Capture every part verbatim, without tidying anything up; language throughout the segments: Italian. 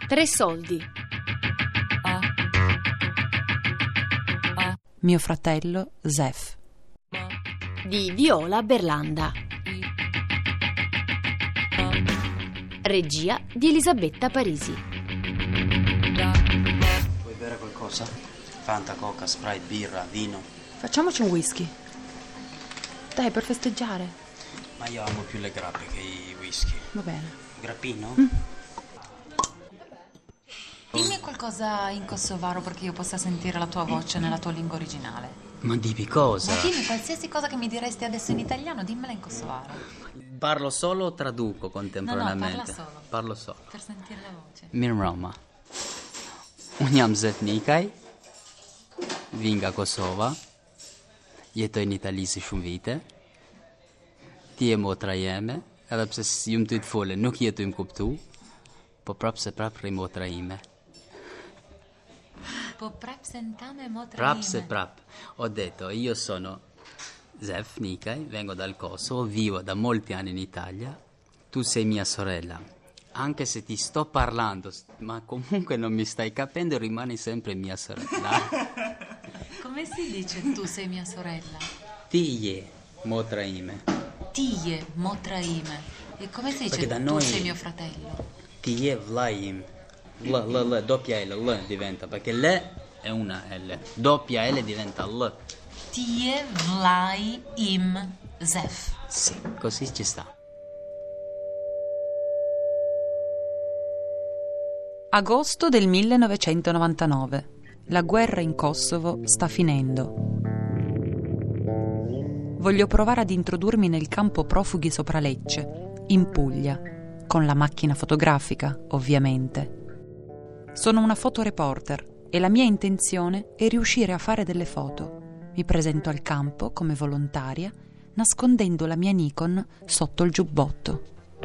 Tre soldi. Mio fratello Zef Di Viola Berlanda. Regia di Elisabetta Parisi. Vuoi bere qualcosa? Fanta, coca, Sprite, birra, vino. Facciamoci un whisky. Dai, per festeggiare. Ma io amo più le grappe che i whisky. Va bene. Grappino? Mm. Dimmi qualcosa in kosovaro perché io possa sentire la tua voce nella tua lingua originale. Ma dimmi cosa? Ma dimmi qualsiasi cosa che mi diresti adesso in italiano, dimmela in kosovaro. Parlo solo o traduco contemporaneamente? No, no, parla solo. Parlo solo. Per sentire la voce. Mirë Roma. Unë jam Zef Nikaj, vinga Kosova, jetoj në Itali si shumë vite. Ti je motra jeme, edhe pse ju më të të fole nuk jetu im kuptu, po prapë se prapë rri motra ime. Po prap sentame motra Prap ime. se prap. Ho detto, io sono Zef Nikaj, vengo dal Kosovo, vivo da molti anni in Italia. Tu sei mia sorella. Anche se ti sto parlando, ma comunque non mi stai capendo, rimani sempre mia sorella. Come si dice tu sei mia sorella? Ti je motra ime. Tije motra ime. E come si dice Perché da tu noi- sei mio fratello? Ti je vllai im. L, L, L, doppia L, L diventa, perché L è una L. Doppia L diventa L. Tije vlaj im Zef. Sì, così ci sta. Agosto del millenovecentonovantanove. La guerra in Kosovo sta finendo. Voglio provare ad introdurmi nel campo profughi sopra Lecce, in Puglia, con la macchina fotografica, ovviamente. Sono una fotoreporter e la mia intenzione è riuscire a fare delle foto. Mi presento al campo come volontaria, nascondendo la mia Nikon sotto il giubbotto.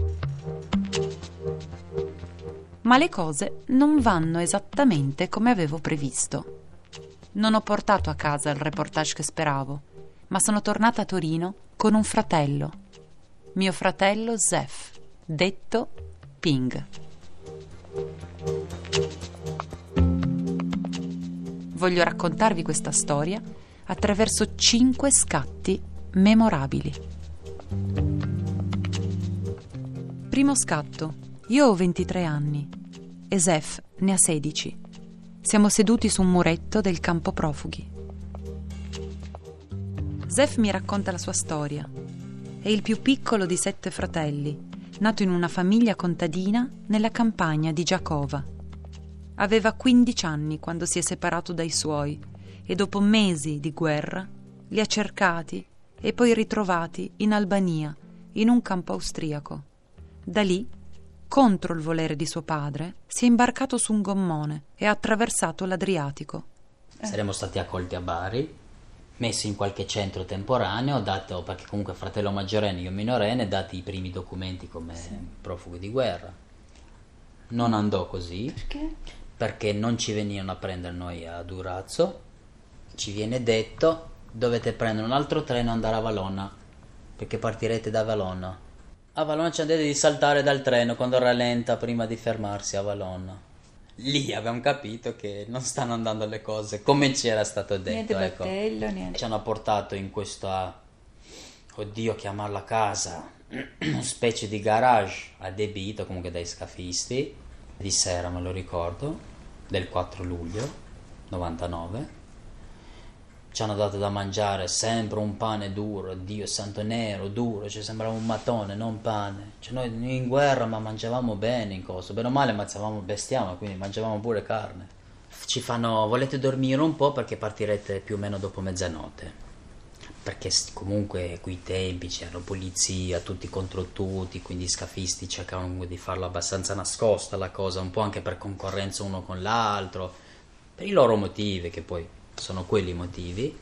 Ma le cose non vanno esattamente come avevo previsto. Non ho portato a casa il reportage che speravo, ma sono tornata a Torino con un fratello, mio fratello Zef, detto Ping. Voglio raccontarvi questa storia attraverso cinque scatti memorabili. Primo scatto. Io ho ventitré anni e Zef ne ha sedici. Siamo seduti su un muretto del campo profughi. Zef mi racconta la sua storia. È il più piccolo di sette fratelli, nato in una famiglia contadina nella campagna di Giacova. Aveva quindici anni quando si è separato dai suoi e dopo mesi di guerra li ha cercati e poi ritrovati in Albania, in un campo austriaco. Da lì, contro il volere di suo padre, si è imbarcato su un gommone e ha attraversato l'Adriatico. Saremmo stati accolti a Bari, messi in qualche centro temporaneo, dato, perché comunque fratello maggiorenne, io minorenne, dati i primi documenti come sì. Profughi di guerra. Non andò così. Perché? Perché non ci venivano a prendere noi a Durazzo. Ci viene detto, dovete prendere un altro treno e andare a Valona, perché partirete da Valona. A Valona ci hanno detto di saltare dal treno quando rallenta prima di fermarsi a Valona. Lì abbiamo capito che non stanno andando le cose come ci era stato detto. Niente ecco. battello, niente. Ci hanno portato in questa, oddio chiamarla casa, una specie di garage adibito comunque dai scafisti, di sera me lo ricordo, del quattro luglio novantanove. Ci hanno dato da mangiare sempre un pane duro, Dio santo, nero, duro, ci sembrava un mattone, non pane. Cioè noi in guerra ma mangiavamo bene in Kosovo, bene o male ammazzavamo bestiame, quindi mangiavamo pure carne. Ci fanno, volete dormire un po' perché partirete più o meno dopo mezzanotte. Perché comunque quei tempi c'era polizia, tutti contro tutti, quindi i scafisti cercavano di farlo abbastanza nascosta la cosa, un po' anche per concorrenza uno con l'altro, per i loro motivi che poi... sono quelli i motivi.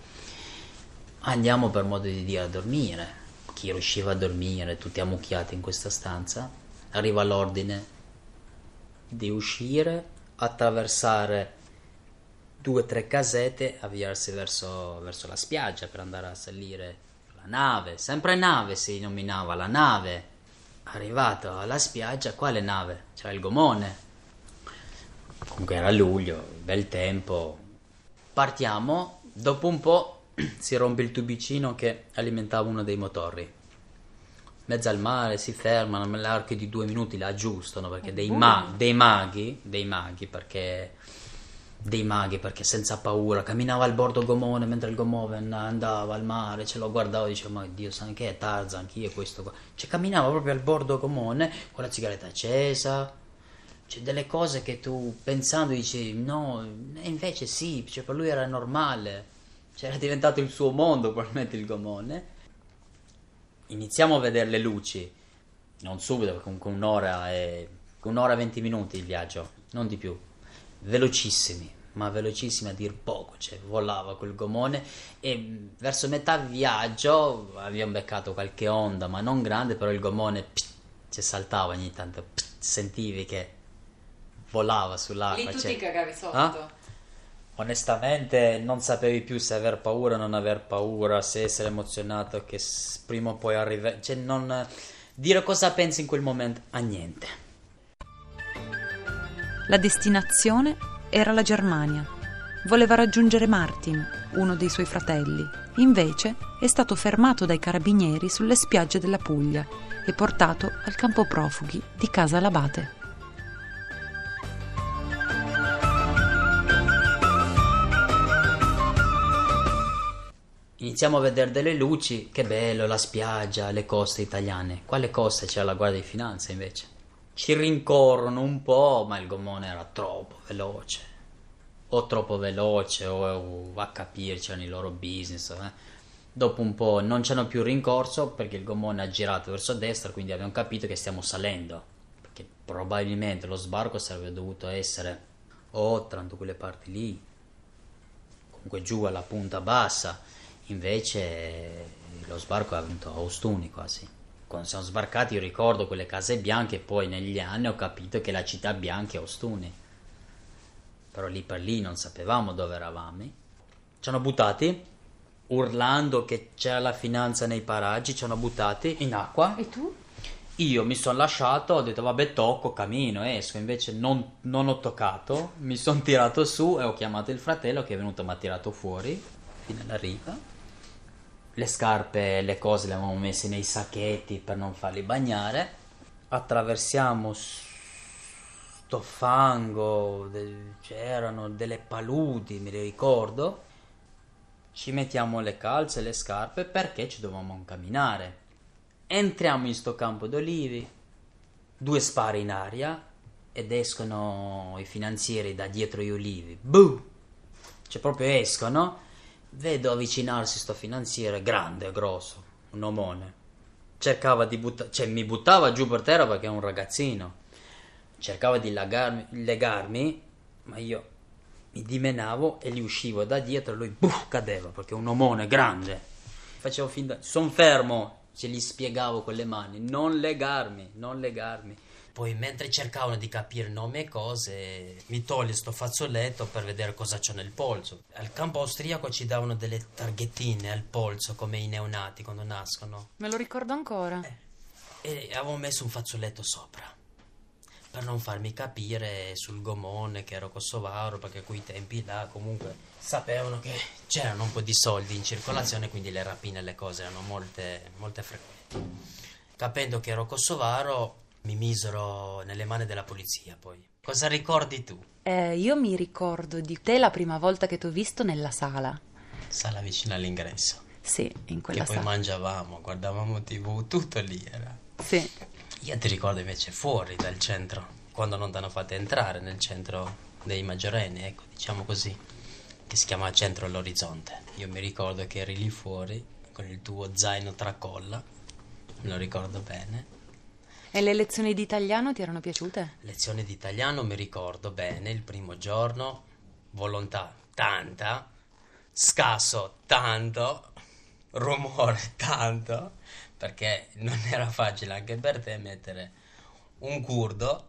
Andiamo per modo di dire a dormire. Chi riusciva a dormire, tutti ammucchiati in questa stanza, arriva l'ordine di uscire, attraversare due o tre casette, avviarsi verso, verso la spiaggia per andare a salire la nave. Sempre nave si nominava la nave. Arrivato alla spiaggia, quale nave? C'era il gomone. Comunque era luglio, bel tempo. Partiamo, dopo un po' si rompe il tubicino che alimentava uno dei motori. Mezzo al mare, si fermano, nell'arco di due minuti la aggiustano, perché dei, ma- dei maghi, dei maghi, perché... dei maghi, perché senza paura camminava al bordo gomone mentre il gomone andava al mare, ce lo guardavo e dicevo ma Dio sa che è Tarzan, chi è questo qua? Cioè camminava proprio al bordo gomone con la sigaretta accesa, cioè delle cose che tu pensando dici no, e invece sì, cioè per lui era normale, cioè era diventato il suo mondo probabilmente il gomone. Iniziamo a vedere le luci, non subito, perché comunque un'ora e un'ora e venti minuti il viaggio, non di più. Velocissimi, ma velocissimi a dir poco, cioè volava quel gomone e verso metà viaggio abbiamo beccato qualche onda, ma non grande, però il gomone pss, cioè, saltava ogni tanto, pss, sentivi che volava sull'acqua. Lì tu cioè, ti cagavi sotto. ah? Onestamente non sapevi più se aver paura o non aver paura, se essere emozionato che prima o poi arriva, cioè non dire cosa pensi in quel momento a niente. La destinazione era la Germania. Voleva raggiungere Martin, uno dei suoi fratelli. Invece è stato fermato dai carabinieri sulle spiagge della Puglia e portato al campo profughi di Casa Labate. Iniziamo a vedere delle luci, che bello, la spiaggia, le coste italiane. Quale coste c'era la Guardia di Finanza invece? Ci rincorrono un po', ma il gommone era troppo veloce. O troppo veloce, o, o a capirci, erano i loro business. Eh. Dopo un po' non c'hanno più rincorso perché il gommone ha girato verso destra, quindi abbiamo capito che stiamo salendo. Perché probabilmente lo sbarco sarebbe dovuto essere o tra quelle parti lì, comunque giù alla punta bassa. Invece lo sbarco è venuto a Ostuni quasi. Quando siamo sbarcati io ricordo quelle case bianche e poi negli anni ho capito che la città bianca è Ostuni. Però lì per lì non sapevamo dove eravamo. Ci hanno buttati, urlando che c'era la finanza nei paraggi, ci hanno buttati in acqua. E tu? Io mi sono lasciato, ho detto vabbè tocco, cammino, esco. Invece non, non ho toccato, mi sono tirato su e ho chiamato il fratello che è venuto e mi ha tirato fuori fino alla riva. Le scarpe, le cose le avevamo messe nei sacchetti per non farli bagnare. Attraversiamo sto fango, de- c'erano delle paludi, me le ricordo. Ci mettiamo le calze e le scarpe perché ci dovevamo camminare. Entriamo in sto campo d'olivi, due spari in aria ed escono i finanzieri da dietro gli olivi. Boom! Cioè proprio escono. Vedo avvicinarsi sto finanziere grande, grosso, un omone. Cercava di buttare, cioè mi buttava giù per terra perché è un ragazzino. Cercava di legarmi, legarmi, ma io mi dimenavo e gli uscivo da dietro e lui buh, cadeva perché è un omone grande. Facevo finta, son fermo, ce gli spiegavo con le mani, non legarmi, non legarmi. Poi mentre cercavano di capire nome e cose, mi toglie sto fazzoletto per vedere cosa c'ho nel polso. Al campo austriaco ci davano delle targhettine al polso come i neonati quando nascono. Me lo ricordo ancora. Eh, e avevo messo un fazzoletto sopra per non farmi capire sul gomone che ero kosovaro, perché a quei tempi là comunque sapevano che c'erano un po' di soldi in circolazione, quindi le rapine e le cose erano molte, molte frequenti. Capendo che ero kosovaro mi misero nelle mani della polizia. Poi cosa ricordi tu? Eh, io mi ricordo di te la prima volta che ti ho visto nella sala. Sala vicino all'ingresso. Sì, in quella che poi sala. mangiavamo, guardavamo tivù, tutto lì era. Sì. Io ti ricordo invece fuori dal centro, quando non ti hanno fatto entrare nel centro dei maggiorenni, ecco, diciamo così, che si chiama Centro all'Orizzonte. Io mi ricordo che eri lì fuori con il tuo zaino tracolla, me lo ricordo bene. E le lezioni di italiano ti erano piaciute? Lezioni di italiano mi ricordo bene, il primo giorno, volontà tanta, scasso tanto, rumore tanto, perché non era facile anche per te mettere un curdo,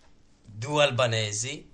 due albanesi,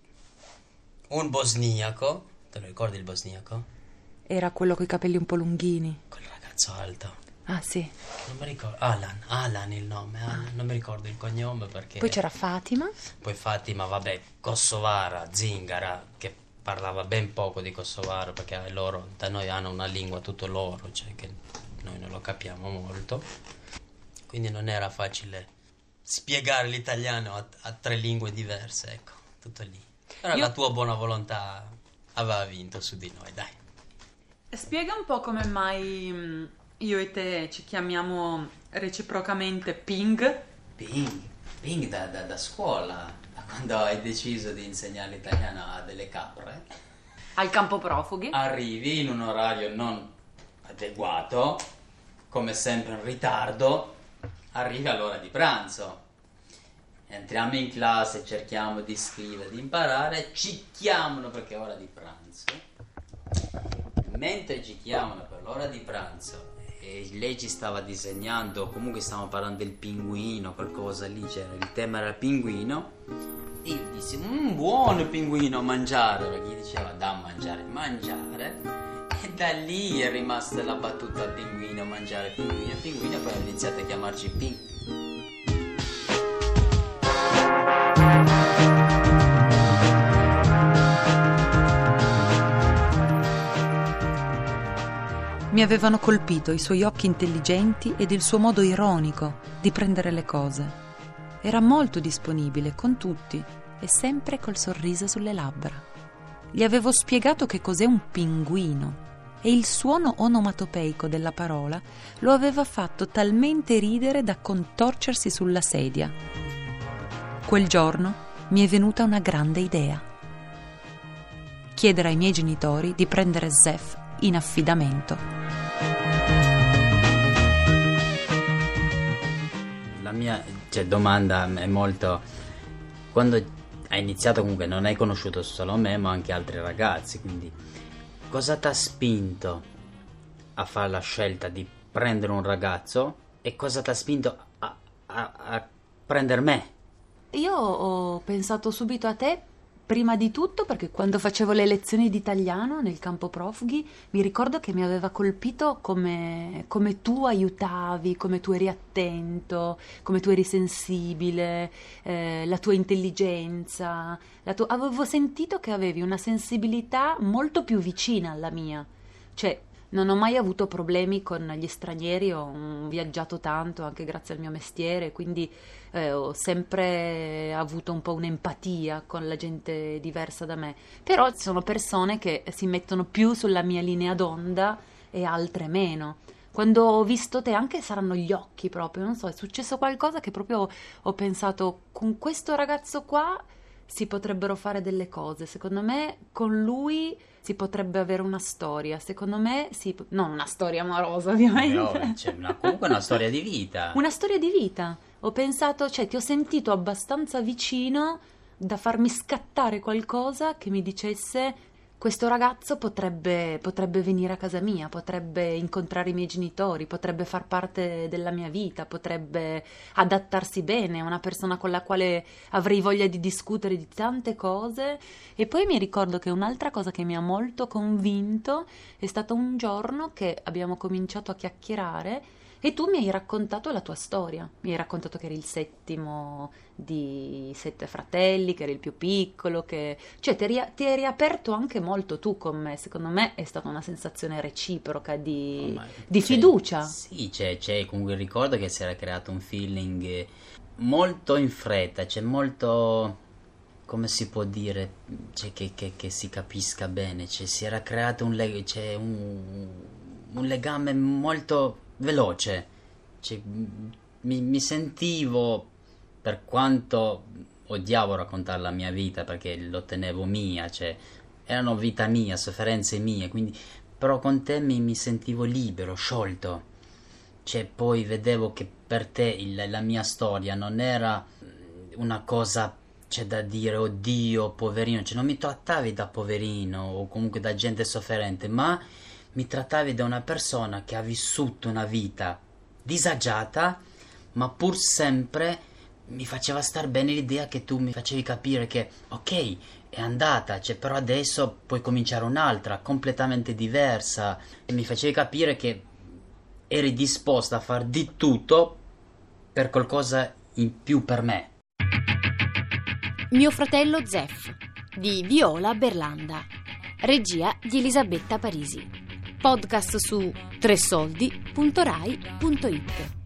un bosniaco. Te lo ricordi il bosniaco? Era quello coi capelli un po' lunghini. Quel ragazzo alto. Ah, sì. Non mi ricordo. Alan, Alan il nome, Alan. Non mi ricordo il cognome perché... Poi c'era Fatima. Poi Fatima, vabbè, kosovara, zingara, che parlava ben poco di kosovaro perché loro, da noi hanno una lingua tutto loro, cioè che noi non lo capiamo molto. Quindi non era facile spiegare l'italiano a, a tre lingue diverse, ecco, tutto lì. Però Io... la tua buona volontà aveva vinto su di noi, dai. Spiega un po' come mai mh, io e te ci chiamiamo reciprocamente Ping. Ping, Ping da, da, da scuola, da quando hai deciso di insegnare l'italiano a delle capre. Al campo profughi. Arrivi in un orario non adeguato, come sempre in ritardo, arrivi all'ora di pranzo. Entriamo in classe, cerchiamo di scrivere, di imparare, ci chiamano perché è ora di pranzo. Mentre ci chiamano per l'ora di pranzo e lei ci stava disegnando, comunque stavamo parlando del pinguino, qualcosa lì, c'era, il tema era il pinguino. Io dissi, mmm, buono il pinguino, mangiare, perché gli diceva da mangiare, mangiare. E da lì è rimasta la battuta pinguino, mangiare pinguino, pinguino, poi hanno iniziato a chiamarci Ping. Mi avevano colpito i suoi occhi intelligenti ed il suo modo ironico di prendere le cose. Era molto disponibile con tutti e sempre col sorriso sulle labbra. Gli avevo spiegato che cos'è un pinguino e il suono onomatopeico della parola lo aveva fatto talmente ridere da contorcersi sulla sedia. Quel giorno mi è venuta una grande idea. Chiedere ai miei genitori di prendere Zef in affidamento. La mia cioè, domanda è molto... Quando hai iniziato comunque non hai conosciuto solo me ma anche altri ragazzi, quindi cosa ti ha spinto a fare la scelta di prendere un ragazzo e cosa ti ha spinto a, a, a prendere me? Io ho pensato subito a te, prima di tutto perché quando facevo le lezioni di italiano nel campo profughi mi ricordo che mi aveva colpito come, come tu aiutavi, come tu eri attento, come tu eri sensibile, eh, la tua intelligenza. La tua... Avevo sentito che avevi una sensibilità molto più vicina alla mia. Cioè, non ho mai avuto problemi con gli stranieri, ho viaggiato tanto anche grazie al mio mestiere, quindi eh, ho sempre avuto un po' un'empatia con la gente diversa da me. Però ci sono persone che si mettono più sulla mia linea d'onda e altre meno. Quando ho visto te, anche saranno gli occhi proprio, non so, è successo qualcosa che proprio ho pensato, con questo ragazzo qua si potrebbero fare delle cose, secondo me con lui si potrebbe avere una storia, secondo me si... non una storia amorosa ovviamente, no, c'è una, comunque una storia di vita, una storia di vita. Ho pensato, cioè ti ho sentito abbastanza vicino da farmi scattare qualcosa che mi dicesse questo ragazzo potrebbe, potrebbe venire a casa mia, potrebbe incontrare i miei genitori, potrebbe far parte della mia vita, potrebbe adattarsi bene, è una persona con la quale avrei voglia di discutere di tante cose. E poi mi ricordo che un'altra cosa che mi ha molto convinto è stato un giorno che abbiamo cominciato a chiacchierare e tu mi hai raccontato la tua storia, mi hai raccontato che eri il settimo di sette fratelli, che eri il più piccolo, che... cioè ti eri, ti eri aperto anche molto tu con me, secondo me è stata una sensazione reciproca di, Ma di c'è, fiducia. Sì, c'è, c'è comunque ricordo che si era creato un feeling molto in fretta, c'è molto... come si può dire, c'è che, che, che si capisca bene, c'è, si era creato un, leg- c'è un, un legame molto veloce, cioè, mi, mi sentivo, per quanto odiavo raccontare la mia vita perché lo tenevo mia, cioè erano vita mia, sofferenze mie, quindi però con te mi, mi sentivo libero, sciolto, cioè poi vedevo che per te il, la mia storia non era una cosa, c'è da dire oddio poverino, cioè non mi trattavi da poverino o comunque da gente sofferente, ma mi trattavi da una persona che ha vissuto una vita disagiata, ma pur sempre mi faceva star bene l'idea che tu mi facevi capire che ok, è andata, cioè, però adesso puoi cominciare un'altra, completamente diversa, e mi facevi capire che eri disposta a fare di tutto per qualcosa in più per me. Mio fratello Zeff di Viola Berlanda. Regia di Elisabetta Parisi. Podcast su tre soldi punto rai punto it.